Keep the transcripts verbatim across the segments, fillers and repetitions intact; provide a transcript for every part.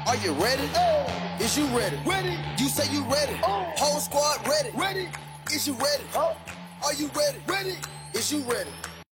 Are you ready? Is you ready? Ready? You say you ready? Whole squad ready? Ready? Is you ready? Are you ready? Ready? Is you ready?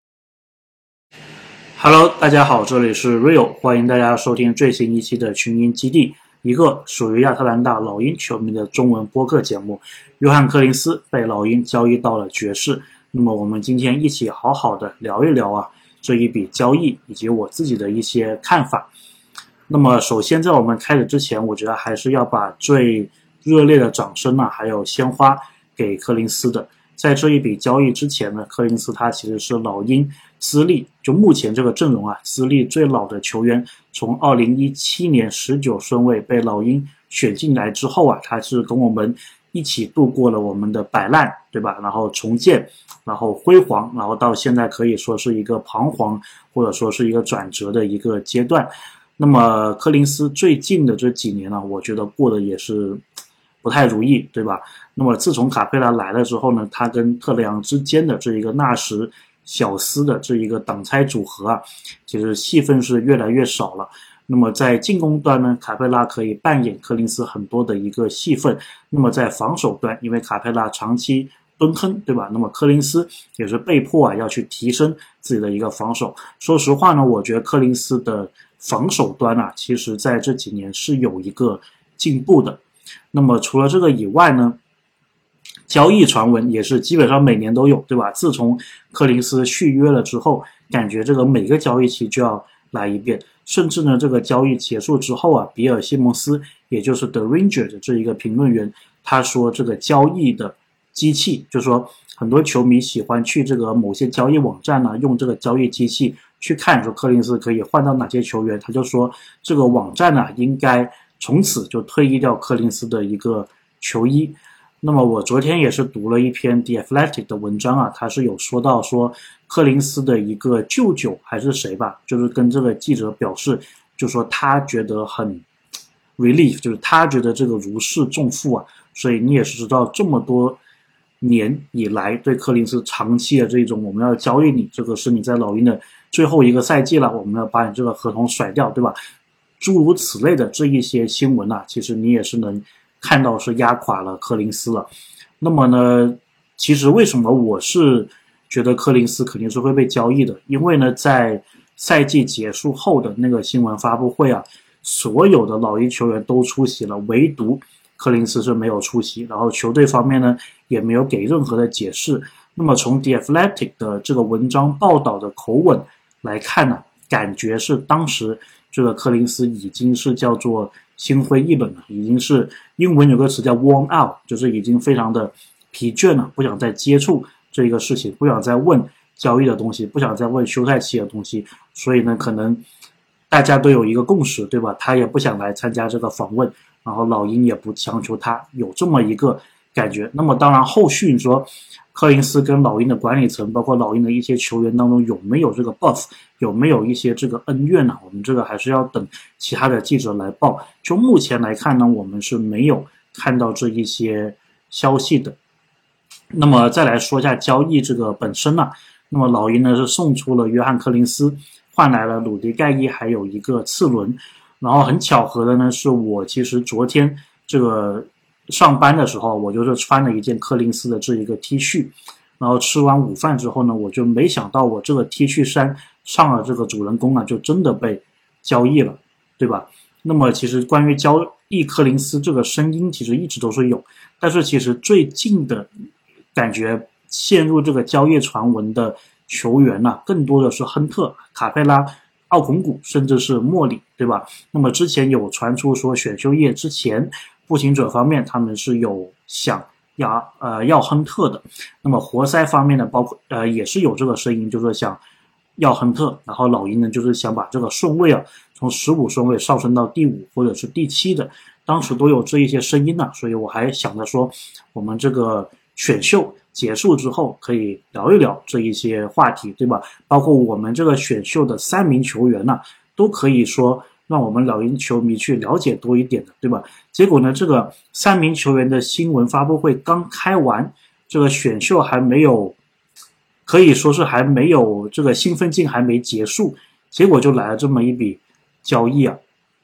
Hello， 大家好，这里是 Rio， 欢迎大家收听最新一期的群英基地，一个属于亚特兰大老鹰球迷的中文播客节目。约翰·柯林斯被老鹰交易到了爵士，那么我们今天一起好好的聊一聊啊这一笔交易以及我自己的一些看法。那么首先在我们开始之前，我觉得还是要把最热烈的掌声啊还有鲜花给柯林斯的。在这一笔交易之前呢，柯林斯他其实是老鹰资历，就目前这个阵容啊，资历最老的球员，从二零一七年十九顺位被老鹰选进来之后啊，他是跟我们一起度过了我们的摆烂，对吧？然后重建，然后辉煌，然后到现在可以说是一个彷徨，或者说是一个转折的一个阶段。那么柯林斯最近的这几年呢，我觉得过得也是不太如意，对吧？那么自从卡佩拉来了之后呢，他跟特雷杨之间的这一个纳什小斯的这一个挡拆组合啊，其实戏份是越来越少了。那么在进攻端呢，卡佩拉可以扮演柯林斯很多的一个戏份。那么在防守端，因为卡佩拉长期蹲坑，对吧？那么柯林斯也是被迫啊要去提升自己的一个防守。说实话呢，我觉得柯林斯的防守端啊，其实在这几年是有一个进步的。那么除了这个以外呢，交易传闻也是基本上每年都有，对吧？自从柯林斯续约了之后，感觉这个每个交易期就要来一遍，甚至呢这个交易结束之后啊，比尔西蒙斯也就是 The Ranger 的这一个评论员，他说这个交易的机器，就是说很多球迷喜欢去这个某些交易网站呢、啊，用这个交易机器去看说柯林斯可以换到哪些球员，他就说这个网站呢、啊、应该从此就退役掉柯林斯的一个球衣。那么我昨天也是读了一篇 The Athletic 的文章啊，他是有说到说柯林斯的一个舅舅还是谁吧，就是跟这个记者表示，就说他觉得很 relief， 就是他觉得这个如释重负啊。所以你也是知道这么多年以来对柯林斯长期的这种我们要交易你，这个是你在老鹰的最后一个赛季了，我们要把你这个合同甩掉，对吧？诸如此类的这一些新闻啊，其实你也是能看到是压垮了柯林斯了。那么呢，其实为什么我是觉得柯林斯肯定是会被交易的？因为呢，在赛季结束后的那个新闻发布会啊，所有的老鹰球员都出席了，唯独柯林斯是没有出席，然后球队方面呢也没有给任何的解释。那么从 The Athletic 的这个文章报道的口吻来看呢，感觉是当时这个柯林斯已经是叫做心灰意冷了，已经是英文有个词叫 worn out， 就是已经非常的疲倦了，不想再接触这一个事情，不想再问交易的东西，不想再问休赛期的东西。所以呢，可能大家都有一个共识，对吧？他也不想来参加这个访问，然后老鹰也不强求他，有这么一个感觉。那么当然后续你说柯林斯跟老鹰的管理层包括老鹰的一些球员当中有没有这个 buff， 有没有一些这个恩怨呢？我们这个还是要等其他的记者来报。就目前来看呢，我们是没有看到这一些消息的。那么再来说一下交易这个本身啊，那么老鹰呢是送出了约翰柯林斯，换来了鲁迪盖伊还有一个次轮。然后很巧合的呢，是我其实昨天这个上班的时候，我就是穿了一件柯林斯的这一个 T 恤，然后吃完午饭之后呢，我就没想到我这个 T 恤衫上了这个主人公啊，就真的被交易了，对吧？那么其实关于交易柯林斯这个声音其实一直都是有，但是其实最近的感觉陷入这个交易传闻的球员啊，更多的是亨特、卡佩拉、奥孔古，甚至是莫里，对吧？那么之前有传出说选秀夜之前步行者方面他们是有想要呃要亨特的，那么活塞方面呢，包括呃也是有这个声音，就是想要亨特，然后老鹰呢就是想把这个顺位啊从十五顺位上升到第五或者是第七的，当时都有这一些声音啊，所以我还想着说我们这个选秀结束之后可以聊一聊这一些话题，对吧？包括我们这个选秀的三名球员呢、啊，都可以说让我们老鹰球迷去了解多一点的，对吧？结果呢，这个三名球员的新闻发布会刚开完，这个选秀还没有，可以说是还没有这个兴奋劲还没结束，结果就来了这么一笔交易啊。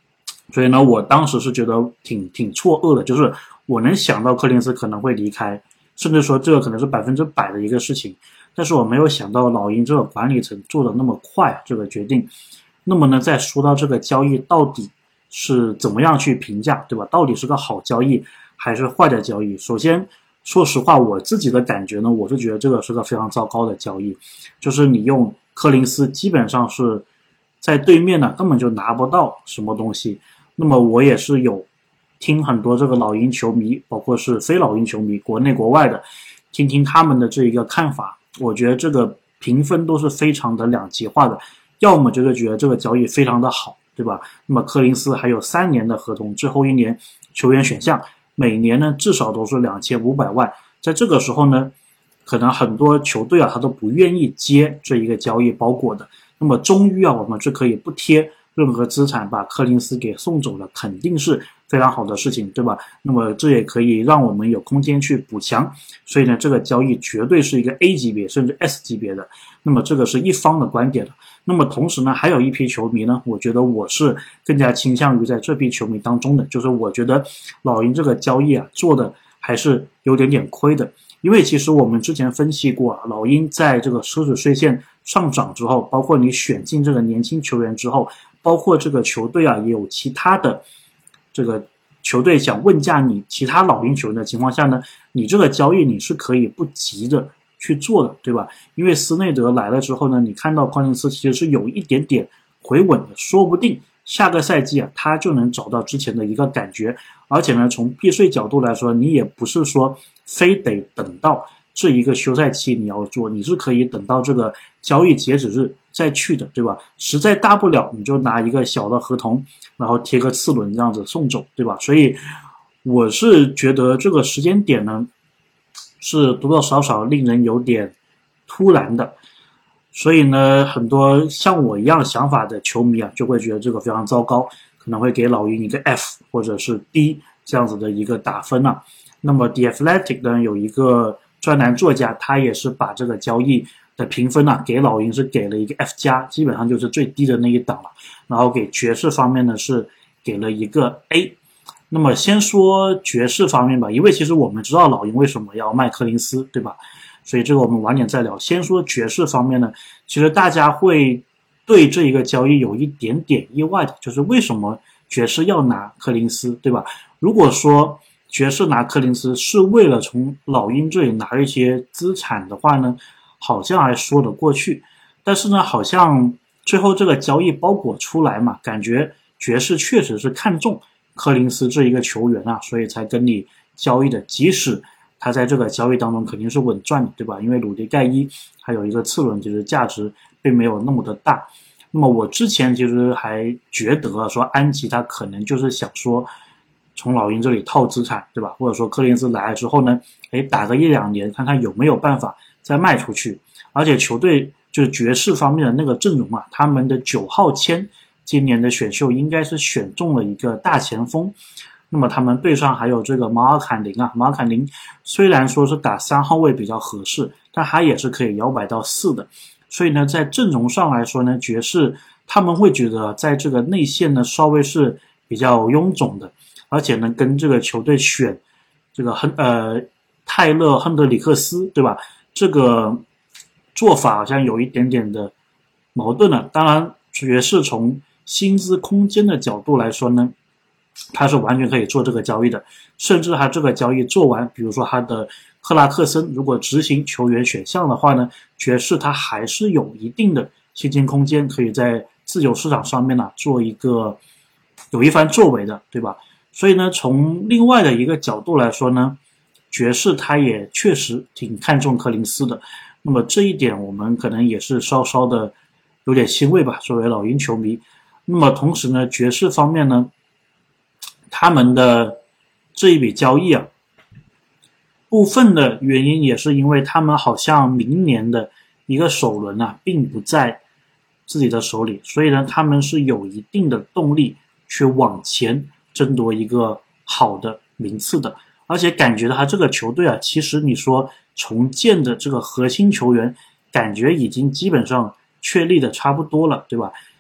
所以呢，我当时是觉得挺挺错愕的，就是我能想到柯林斯可能会离开，甚至说这个可能是百分之百的一个事情，但是我没有想到老鹰这个管理层做的那么快这个决定。那么呢，再说到这个交易到底是怎么样去评价，对吧？到底是个好交易还是坏的交易？首先，说实话，我自己的感觉呢，我是觉得这个是个非常糟糕的交易，就是你用柯林斯基本上是在对面呢根本就拿不到什么东西。那么我也是有听很多这个老鹰球迷，包括是非老鹰球迷，国内国外的，听听他们的这一个看法，我觉得这个评分都是非常的两极化的，要么就是觉得这个交易非常的好，对吧？那么柯林斯还有三年的合同，最后一年球员选项，每年呢至少都是两千五百万，在这个时候呢，可能很多球队啊他都不愿意接这一个交易包裹的。那么终于啊，我们是可以不贴任何资产把柯林斯给送走了，肯定是非常好的事情，对吧？那么这也可以让我们有空间去补强，所以呢，这个交易绝对是一个 A 级别甚至 S 级别的。那么这个是一方的观点了。那么同时呢，还有一批球迷呢，我觉得我是更加倾向于在这批球迷当中的，就是我觉得老鹰这个交易啊做的还是有点点亏的。因为其实我们之前分析过啊，老鹰在这个奢侈税线上涨之后，包括你选进这个年轻球员之后，包括这个球队啊也有其他的这个球队想问价你其他老鹰球员的情况下呢，你这个交易你是可以不急的去做的，对吧？因为斯内德来了之后呢，你看到柯林斯其实是有一点点回稳的，说不定下个赛季啊他就能找到之前的一个感觉。而且呢，从避税角度来说，你也不是说非得等到这一个休赛期你要做，你是可以等到这个交易截止日再去的，对吧？实在大不了你就拿一个小的合同，然后贴个次轮这样子送走，对吧？所以我是觉得这个时间点呢是多多少少令人有点突然的，所以呢，很多像我一样想法的球迷啊，就会觉得这个非常糟糕，可能会给老鹰一个 F 或者是 D 这样子的一个打分啊。那么 The Athletic 呢有一个专栏作家，他也是把这个交易的评分啊给老鹰是给了一个 F 加，基本上就是最低的那一档了。然后给爵士方面呢是给了一个 A。那么先说爵士方面吧，因为其实我们知道老鹰为什么要卖柯林斯，对吧？所以这个我们晚点再聊。先说爵士方面呢，其实大家会对这一个交易有一点点意外的，就是为什么爵士要拿柯林斯，对吧？如果说爵士拿柯林斯是为了从老鹰这里拿一些资产的话呢，好像还说得过去。但是呢，好像最后这个交易包裹出来嘛，感觉爵士确实是看中柯林斯这一个球员啊，所以才跟你交易的。即使他在这个交易当中肯定是稳赚的，对吧？因为鲁迪盖伊还有一个次轮，其实价值并没有那么的大。那么我之前其实还觉得说安吉他可能就是想说从老鹰这里套资产，对吧？或者说柯林斯来了之后呢，诶，打个一两年看看有没有办法再卖出去。而且球队就是爵士方面的那个阵容啊，他们的九号签今年的选秀应该是选中了一个大前锋。那么他们队上还有这个马尔坎宁啊，马尔坎宁虽然说是打三号位比较合适，但他也是可以摇摆到四的。所以呢，在阵容上来说呢，爵士他们会觉得在这个内线呢稍微是比较臃肿的，而且呢跟这个球队选这个亨呃泰勒亨德里克斯，对吧？这个做法好像有一点点的矛盾了。当然，爵士从薪资空间的角度来说呢，他是完全可以做这个交易的，甚至他这个交易做完，比如说他的克拉克森如果执行球员选项的话呢，爵士他还是有一定的薪金空间，可以在自由市场上面呢、啊、做一个有一番作为的，对吧？所以呢，从另外的一个角度来说呢，爵士他也确实挺看重柯林斯的。那么这一点我们可能也是稍稍的有点欣慰吧，作为老鹰球迷。那么同时呢，爵士方面呢，他们的这一笔交易啊，部分的原因也是因为他们好像明年的一个首轮啊并不在自己的手里，所以呢他们是有一定的动力去往前争夺一个好的名次的。而且感觉到他这个球队啊，其实你说重建的这个核心球员感觉已经基本上确立的差不多了，对吧？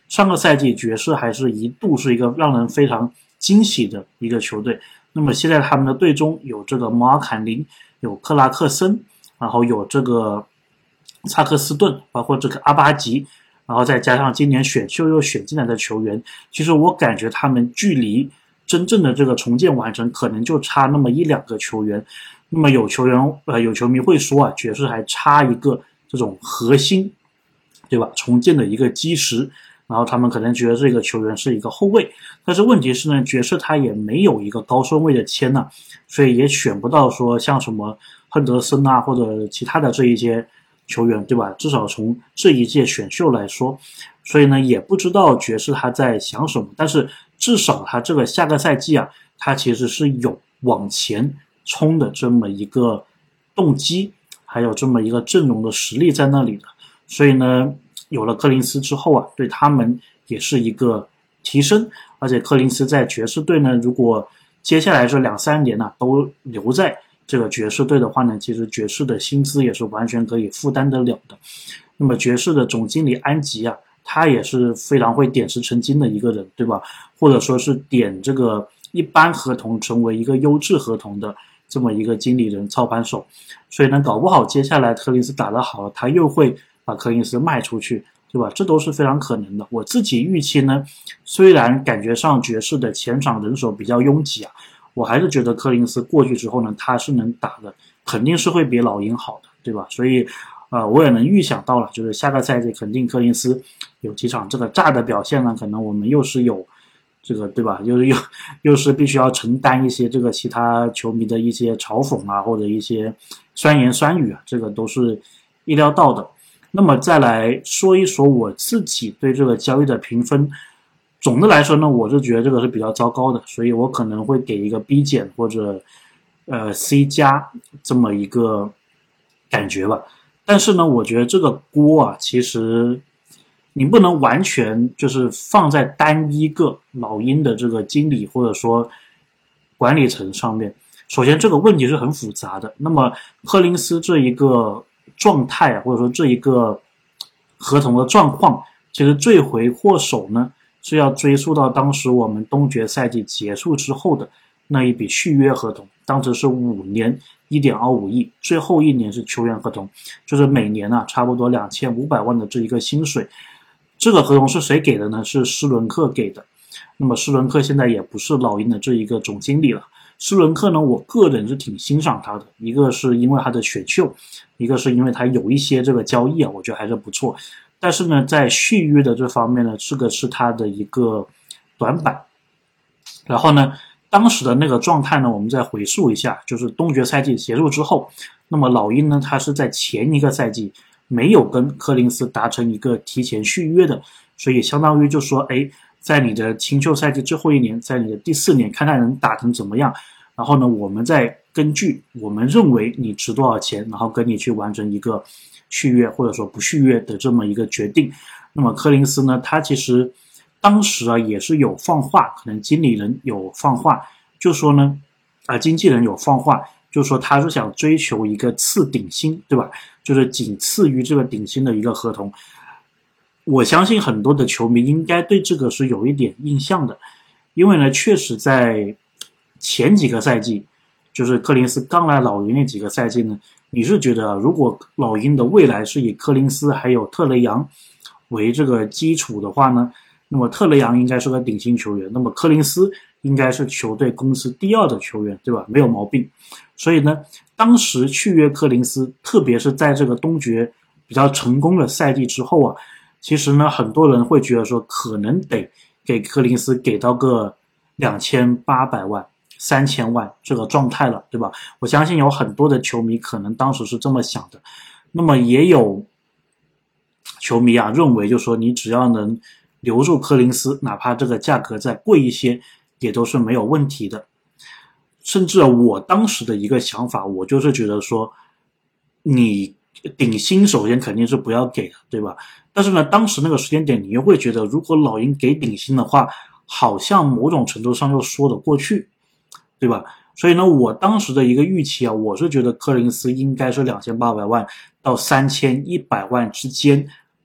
上个赛季爵士还是一度是一个让人非常惊喜的一个球队。那么现在他们的队中有这个摩尔坎林，有克拉克森，然后有这个萨克斯顿，包括这个阿巴吉，然后再加上今年选秀又选进来的球员，其实我感觉他们距离真正的这个重建完成可能就差那么一两个球员。那么有球员呃有球迷会说啊，爵士还差一个这种核心，对吧？重建的一个基石，然后他们可能觉得这个球员是一个后卫，但是问题是呢，爵士他也没有一个高顺位的签呢、啊，所以也选不到说像什么亨德森啊或者其他的这一些球员，对吧？至少从这一届选秀来说，所以呢也不知道爵士他在想什么，但是至少他这个下个赛季啊，他其实是有往前冲的这么一个动机，还有这么一个阵容的实力在那里的。所以呢有了柯林斯之后啊，对他们也是一个提升。而且柯林斯在爵士队呢，如果接下来这两三年呢、啊、都留在这个爵士队的话呢，其实爵士的薪资也是完全可以负担得了的。那么爵士的总经理安吉啊，他也是非常会点石成金的一个人，对吧？或者说是点这个一般合同成为一个优质合同的这么一个经理人操盘手。所以呢搞不好接下来柯林斯打得好了，他又会把柯林斯卖出去，对吧？这都是非常可能的。我自己预期呢，虽然感觉上爵士的前场人手比较拥挤啊，我还是觉得柯林斯过去之后呢，他是能打的，肯定是会比老鹰好的，对吧？所以呃，我也能预想到了，就是下个赛季肯定柯林斯有几场这个炸的表现呢，可能我们又是有这个，对吧？又又又是必须要承担一些这个其他球迷的一些嘲讽啊，或者一些酸言酸语啊，这个都是意料到的。那么再来说一说我自己对这个交易的评分，总的来说呢，我是觉得这个是比较糟糕的，所以我可能会给一个 B 减或者呃 C 加这么一个感觉吧。但是呢，我觉得这个锅啊，其实你不能完全就是放在单一个老鹰的这个经理或者说管理层上面。首先这个问题是很复杂的，那么柯林斯这一个状态啊，或者说这一个合同的状况，其实罪魁祸首呢是要追溯到当时我们东决赛季结束之后的那一笔续约合同，当时是五年 一点二五亿，最后一年是球员合同，就是每年啊差不多两千五百万的这一个薪水。这个合同是谁给的呢？是施伦克给的。那么施伦克现在也不是老鹰的这一个总经理了。施伦克呢，我个人是挺欣赏他的，一个是因为他的选秀，一个是因为他有一些这个交易啊，我觉得还是不错。但是呢，在续约的这方面呢，这个是他的一个短板。然后呢，当时的那个状态呢，我们再回溯一下，就是东决赛季结束之后，那么老鹰呢，他是在前一个赛季没有跟柯林斯达成一个提前续约的，所以相当于就说，哎，在你的新秀赛季最后一年，在你的第四年，看看能打成怎么样，然后呢，我们再根据我们认为你值多少钱，然后跟你去完成一个续约或者说不续约的这么一个决定。那么柯林斯呢，他其实当时啊也是有放话，可能经理人有放话，就说呢，啊、呃、经纪人有放话，就说他是想追求一个次顶薪，对吧？就是仅次于这个顶薪的一个合同。我相信很多的球迷应该对这个是有一点印象的，因为呢，确实在前几个赛季，就是柯林斯刚来老鹰那几个赛季呢，你是觉得如果老鹰的未来是以柯林斯还有特雷杨为这个基础的话呢，那么特雷杨应该是个顶薪球员，那么柯林斯应该是球队公司第二的球员，对吧？没有毛病。所以呢，当时续约柯林斯，特别是在这个东决比较成功的赛季之后啊，其实呢，很多人会觉得说，可能得给柯林斯给到个两千八百万、三千万这个状态了，对吧？我相信有很多的球迷可能当时是这么想的。那么也有球迷啊认为，就说你只要能留住柯林斯，哪怕这个价格再贵一些，也都是没有问题的。甚至我当时的一个想法，我就是觉得说，你顶薪首先肯定是不要给的，对吧？但是呢，当时那个时间点，你又会觉得，如果老鹰给顶薪的话，好像某种程度上又说得过去，对吧？所以呢，我当时的一个预期啊，我是觉得柯林斯应该是两千八百万到三千一百万之间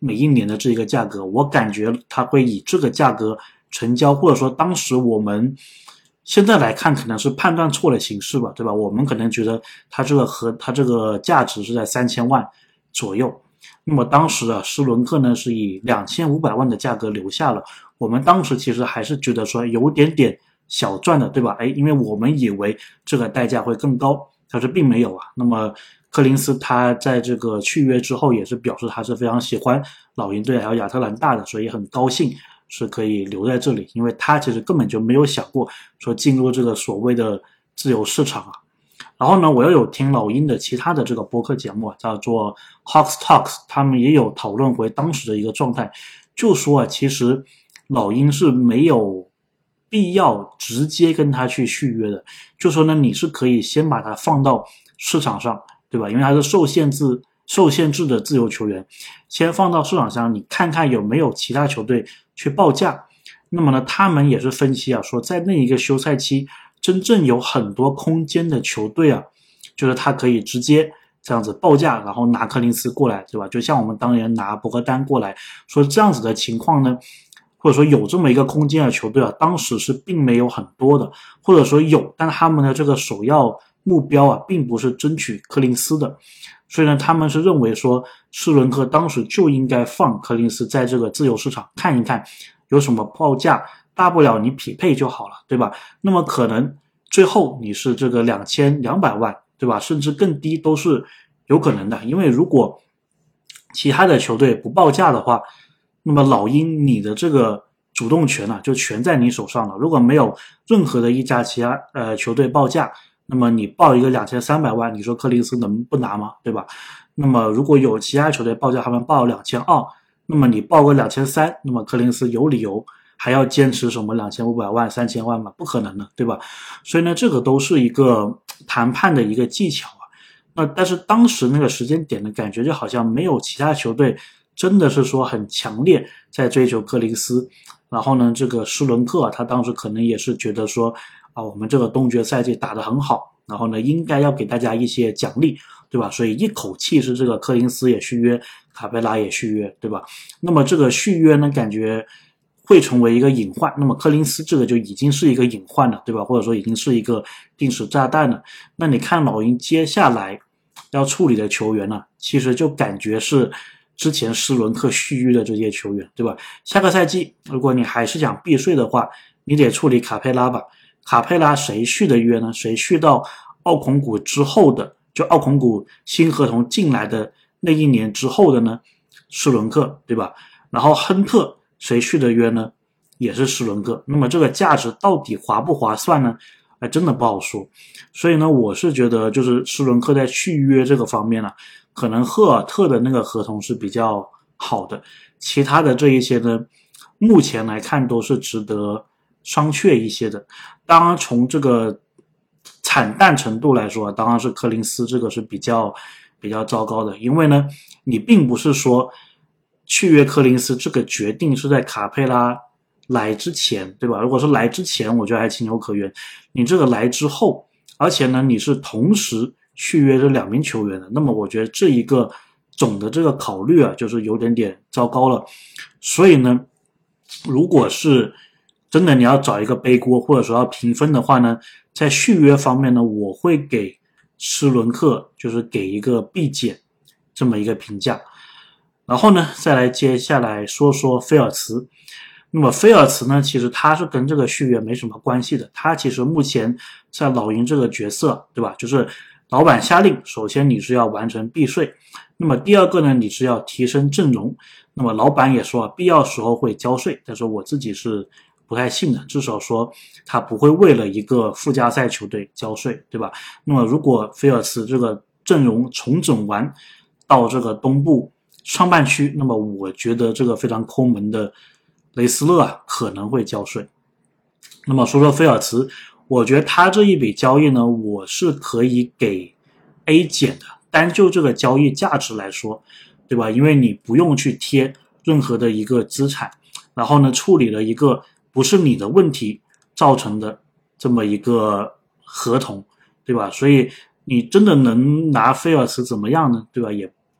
每一年的这一个价格，我感觉他会以这个价格成交，或者说当时我们现在来看可能是判断错了形式吧，对吧？我们可能觉得它这个和它这个价值是在三千万左右，那么当时啊，施伦克呢是以两千五百万的价格留下了，我们当时其实还是觉得说有点点小赚的，对吧？哎，因为我们以为这个代价会更高，但是并没有啊。那么柯林斯他在这个续约之后也是表示他是非常喜欢老鹰队还有亚特兰大的，所以很高兴是可以留在这里，因为他其实根本就没有想过说进入这个所谓的自由市场啊。然后呢，我又有听老鹰的其他的这个播客节目叫做 Hawks Talks， 他们也有讨论回当时的一个状态，就说啊，其实老鹰是没有必要直接跟他去续约的，就说呢，你是可以先把它放到市场上，对吧？因为它是受限制受限制的自由球员，先放到市场上，你看看有没有其他球队去报价。那么呢，他们也是分析啊，说在那一个休赛期，真正有很多空间的球队啊，就是他可以直接这样子报价，然后拿柯林斯过来，对吧？就像我们当年拿博格丹过来，说这样子的情况呢，或者说有这么一个空间的球队啊，当时是并没有很多的，或者说有，但他们的这个首要目标啊，并不是争取柯林斯的，所以呢，他们是认为说施伦克当时就应该放柯林斯在这个自由市场看一看有什么报价，大不了你匹配就好了，对吧？那么可能最后你是这个两千两百万，对吧？甚至更低都是有可能的，因为如果其他的球队不报价的话，那么老鹰你的这个主动权啊，就全在你手上了。如果没有任何的一家其他呃球队报价，那么你报一个两千三百万，你说柯林斯能不拿吗？对吧？那么如果有其他球队报价，他们报两千二，那么你报个两千三，那么柯林斯有理由还要坚持什么两千五百万、三千万吗？不可能的，对吧？所以呢，这个都是一个谈判的一个技巧啊。那但是当时那个时间点的感觉，就好像没有其他球队真的是说很强烈在追求柯林斯。然后呢，这个施伦克啊，他当时可能也是觉得说啊，我们这个东决赛季打得很好，然后呢，应该要给大家一些奖励，对吧？所以一口气是这个柯林斯也续约，卡佩拉也续约，对吧？那么这个续约呢，感觉会成为一个隐患，那么柯林斯这个就已经是一个隐患了，对吧？或者说已经是一个定时炸弹了。那你看老鹰接下来要处理的球员呢，其实就感觉是之前施伦克续约的这些球员，对吧？下个赛季如果你还是想避税的话，你得处理卡佩拉吧。卡佩拉谁续的约呢？谁续到奥孔古之后的，就奥孔古新合同进来的那一年之后的呢？施伦克，对吧？然后亨特谁续的约呢？也是施伦克。那么这个价值到底划不划算呢？哎，真的不好说。所以呢，我是觉得就是施伦克在续约这个方面呢、啊，可能赫尔特的那个合同是比较好的，其他的这一些呢，目前来看都是值得商榷一些的。当然从这个惨淡程度来说，当然是柯林斯这个是比较比较糟糕的，因为呢，你并不是说续约柯林斯这个决定是在卡佩拉来之前，对吧？如果是来之前，我觉得还情有可原。你这个来之后，而且呢，你是同时续约这两名球员的，那么我觉得这一个总的这个考虑啊，就是有点点糟糕了。所以呢，如果是真的你要找一个背锅，或者说要评分的话呢，在续约方面呢，我会给施伦克就是给一个 B 减这么一个评价。然后呢，再来接下来说说菲尔茨。那么菲尔茨呢，其实他是跟这个续约没什么关系的，他其实目前在老鹰这个角色，对吧？就是老板下令，首先你是要完成避税，那么第二个呢，你是要提升阵容。那么老板也说必要时候会交税，但是我自己是不太信的，至少说他不会为了一个附加赛球队交税，对吧？那么如果菲尔茨这个阵容重整完到这个东部上半区，那么我觉得这个非常抠门的雷斯勒啊可能会交税。那么说说菲尔茨，我觉得他这一笔交易呢，我是可以给 A 减的，单就这个交易价值来说，对吧？因为你不用去贴任何的一个资产，然后呢处理了一个不是你的问题造成的这么一个合同，对吧？所以你真的能拿菲尔茨怎么样呢？对吧？也也不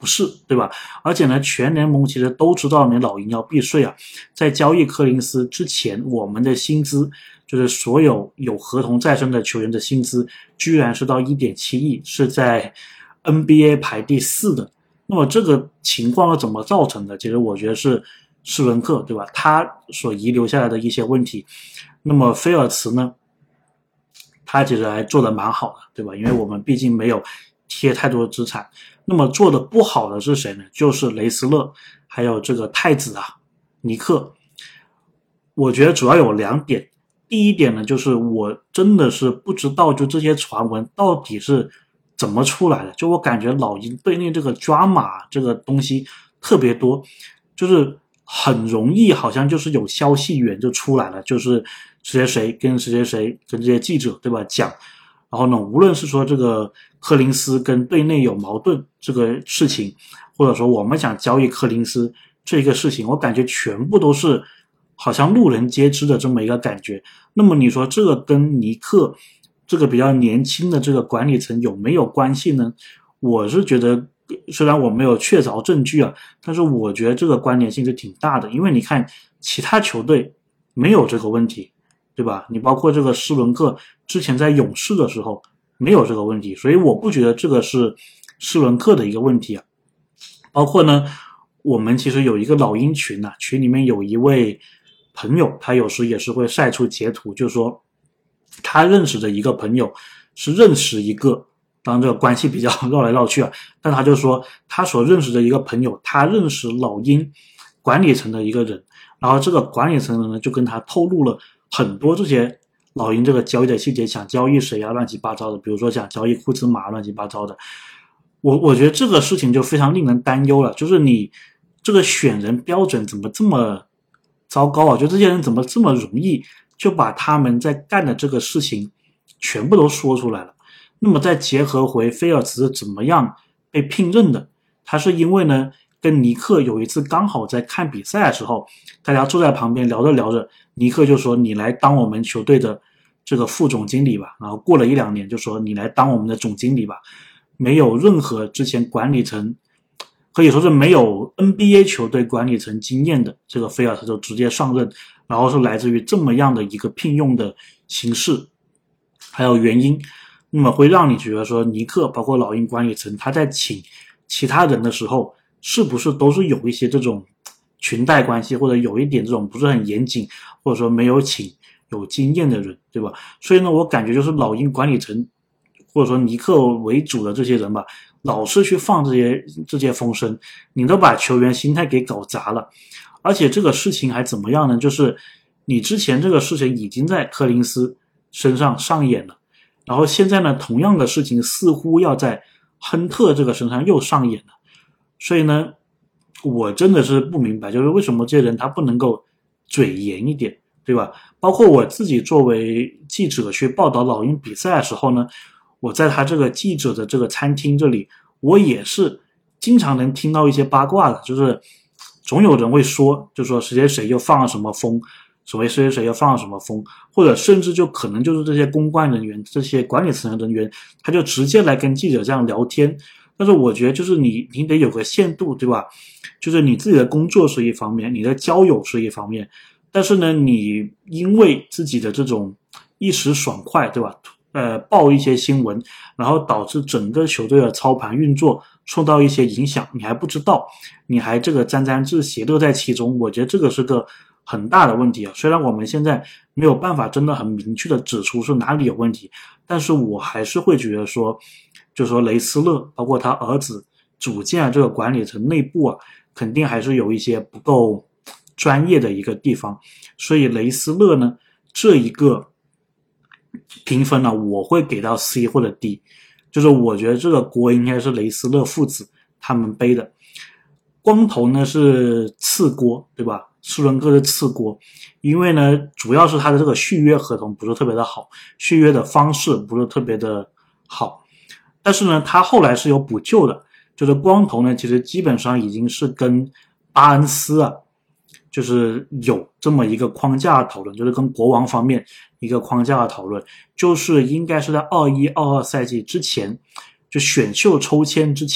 不是，对吧？而且呢，全联盟其实都知道你老鹰要避税啊。在交易柯林斯之前，我们的薪资就是所有有合同在身的球员的薪资，居然是到 一点七亿，是在 N B A 排第四的。那么这个情况是怎么造成的？其实我觉得是施伦克，对吧？他所遗留下来的一些问题。那么菲尔茨呢，他其实还做得蛮好的，对吧？因为我们毕竟没有贴太多的资产。那么做的不好的是谁呢？就是雷斯勒，还有这个太子啊，尼克。我觉得主要有两点。第一点呢，就是我真的是不知道，就这些传闻到底是怎么出来的。就我感觉老鹰队内这个抓马这个东西特别多，就是很容易好像就是有消息源就出来了，就是谁谁谁跟谁谁谁跟这些记者，对吧，讲。然后呢，无论是说这个柯林斯跟队内有矛盾这个事情，或者说我们想交易柯林斯这个事情，我感觉全部都是好像路人皆知的这么一个感觉。那么你说这个跟尼克这个比较年轻的这个管理层有没有关系呢？我是觉得虽然我没有确凿证据啊，但是我觉得这个关联性是挺大的。因为你看其他球队没有这个问题，对吧？你包括这个施伦克之前在勇士的时候没有这个问题，所以我不觉得这个是施伦克的一个问题啊。包括呢，我们其实有一个老鹰群啊，群里面有一位朋友，他有时也是会晒出截图，就是说他认识的一个朋友是认识一个，当然这个关系比较绕来绕去啊，但他就说他所认识的一个朋友，他认识老鹰管理层的一个人，然后这个管理层的人呢就跟他透露了很多这些老鹰这个交易的细节，想交易谁啊，乱七八糟的，比如说想交易库兹马，乱七八糟的。我我觉得这个事情就非常令人担忧了，就是你这个选人标准怎么这么糟糕啊？就这些人怎么这么容易就把他们在干的这个事情全部都说出来了。那么再结合回菲尔茨怎么样被聘任的，他是因为呢跟尼克有一次刚好在看比赛的时候，大家坐在旁边聊着聊着，尼克就说你来当我们球队的这个副总经理吧，然后过了一两年就说你来当我们的总经理吧。没有任何之前管理层可以说是没有 N B A 球队管理层经验的这个菲尔茨就直接上任，然后是来自于这么样的一个聘用的形式还有原因，那么会让你觉得说尼克包括老鹰管理层他在请其他人的时候是不是都是有一些这种裙带关系，或者有一点这种不是很严谨，或者说没有请有经验的人，对吧？所以呢，我感觉就是老鹰管理层或者说尼克为主的这些人吧，老是去放这些这些风声，你都把球员心态给搞砸了。而且这个事情还怎么样呢？就是你之前这个事情已经在柯林斯身上上演了，然后现在呢，同样的事情似乎要在亨特这个身上又上演了。所以呢，我真的是不明白，就是为什么这些人他不能够嘴严一点，对吧？包括我自己作为记者去报道老鹰比赛的时候呢，我在他这个记者的这个餐厅这里，我也是经常能听到一些八卦的，就是总有人会说，就说谁谁谁又放了什么风，所谓谁谁谁又放了什么风，或者甚至就可能就是这些公关人员这些管理层人员他就直接来跟记者这样聊天。但是我觉得就是你你得有个限度，对吧？就是你自己的工作是一方面，你的交友是一方面，但是呢你因为自己的这种一时爽快，对吧，呃报一些新闻，然后导致整个球队的操盘运作受到一些影响，你还不知道，你还这个沾沾自喜乐在其中，我觉得这个是个很大的问题啊。虽然我们现在没有办法真的很明确的指出是哪里有问题，但是我还是会觉得说，就说雷斯勒包括他儿子组建这个管理层内部啊，肯定还是有一些不够专业的一个地方。所以雷斯勒呢这一个评分呢，我会给到 C 或者 D， 就是我觉得这个锅应该是雷斯勒父子他们背的。光头呢是次锅，对吧？施伦克是次锅，因为呢主要是他的这个续约合同不是特别的好，续约的方式不是特别的好，但是呢他后来是有补救的，就是光头呢其实基本上已经是跟巴恩斯啊就是有这么一个框架的讨论，就是跟国王方面一个框架的讨论，就是应该是在二一二二赛季之前，就选秀抽签之前，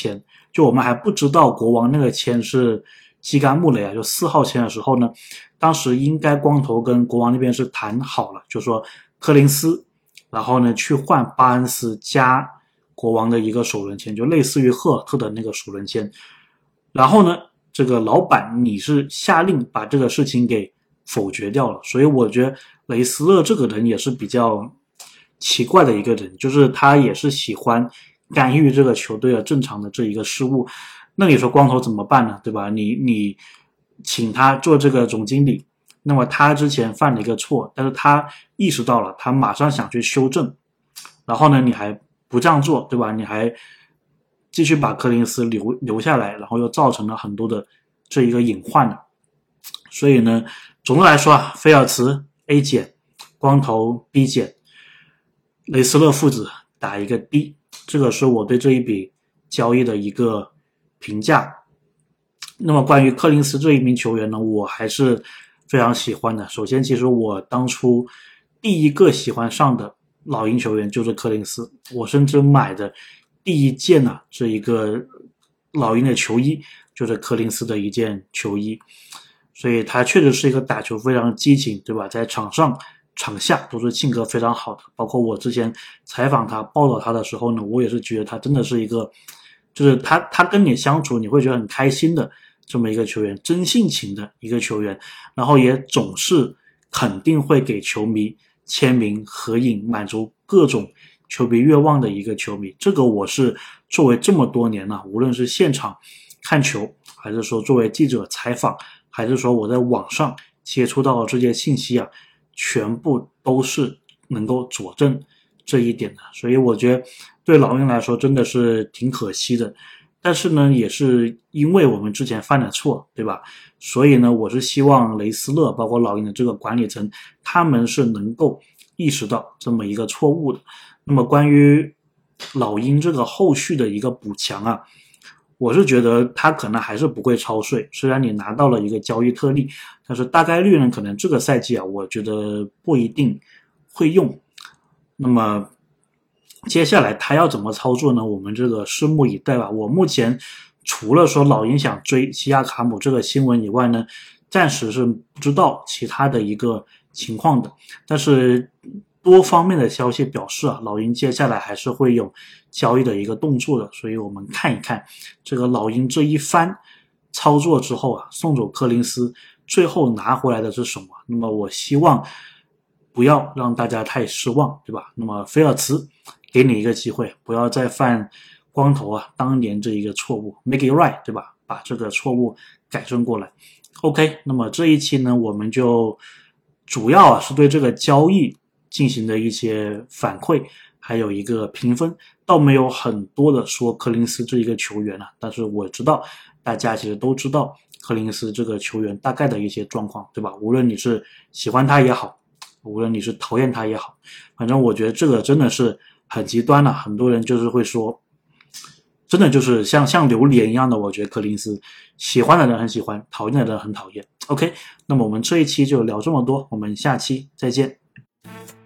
就我们还不知道国王那个签是基甘穆雷啊，就四号签的时候呢，当时应该光头跟国王那边是谈好了，就说柯林斯，然后呢去换巴恩斯加国王的一个首轮签，就类似于赫尔特的那个首轮签。然后呢，这个老板你是下令把这个事情给否决掉了，所以我觉得雷斯勒这个人也是比较奇怪的一个人，就是他也是喜欢干预这个球队的正常的这一个事务。那你说光头怎么办呢？对吧？你你请他做这个总经理，那么他之前犯了一个错，但是他意识到了，他马上想去修正，然后呢，你还不这样做，对吧？你还继续把柯林斯留留下来，然后又造成了很多的这一个隐患呢。所以呢，总的来说啊，菲尔茨 A 减，光头 B 减，雷斯勒父子打一个 D， 这个是我对这一笔交易的一个评价。那么关于柯林斯这一名球员呢，我还是非常喜欢的。首先，其实我当初第一个喜欢上的老鹰球员就是柯林斯，我甚至买的第一件啊，这一个老鹰的球衣就是柯林斯的一件球衣，所以他确实是一个打球非常激情，对吧？在场上场下都是性格非常好的，包括我之前采访他报道他的时候呢，我也是觉得他真的是一个，就是他他跟你相处你会觉得很开心的这么一个球员，真性情的一个球员，然后也总是肯定会给球迷签名合影，满足各种球迷愿望的一个球迷。这个我是作为这么多年啊，无论是现场看球，还是说作为记者采访，还是说我在网上接触到的这些信息啊，全部都是能够佐证这一点的。所以我觉得对老鹰来说真的是挺可惜的，但是呢也是因为我们之前犯了错，对吧？所以呢我是希望雷斯勒包括老鹰的这个管理层，他们是能够意识到这么一个错误的。那么关于老鹰这个后续的一个补强啊，我是觉得他可能还是不会超税，虽然你拿到了一个交易特例，但是大概率呢可能这个赛季啊我觉得不一定会用。那么接下来他要怎么操作呢？我们这个拭目以待吧。我目前除了说老鹰想追西亚卡姆这个新闻以外呢，暂时是不知道其他的一个情况的。但是多方面的消息表示啊，老鹰接下来还是会有交易的一个动作的，所以我们看一看这个老鹰这一番操作之后啊，送走柯林斯最后拿回来的是什么？那么我希望不要让大家太失望，对吧？那么菲尔茨给你一个机会，不要再犯光头啊当年这一个错误 make it right， 对吧？把这个错误改正过来。 OK， 那么这一期呢我们就主要啊是对这个交易进行的一些反馈，还有一个评分，倒没有很多的说柯林斯这一个球员啊，但是我知道大家其实都知道柯林斯这个球员大概的一些状况，对吧？无论你是喜欢他也好，无论你是讨厌他也好，反正我觉得这个真的是很极端了。很多人就是会说，真的就是像像榴莲一样的，我觉得柯林斯喜欢的人很喜欢，讨厌的人很讨厌。OK， 那么我们这一期就聊这么多，我们下期再见。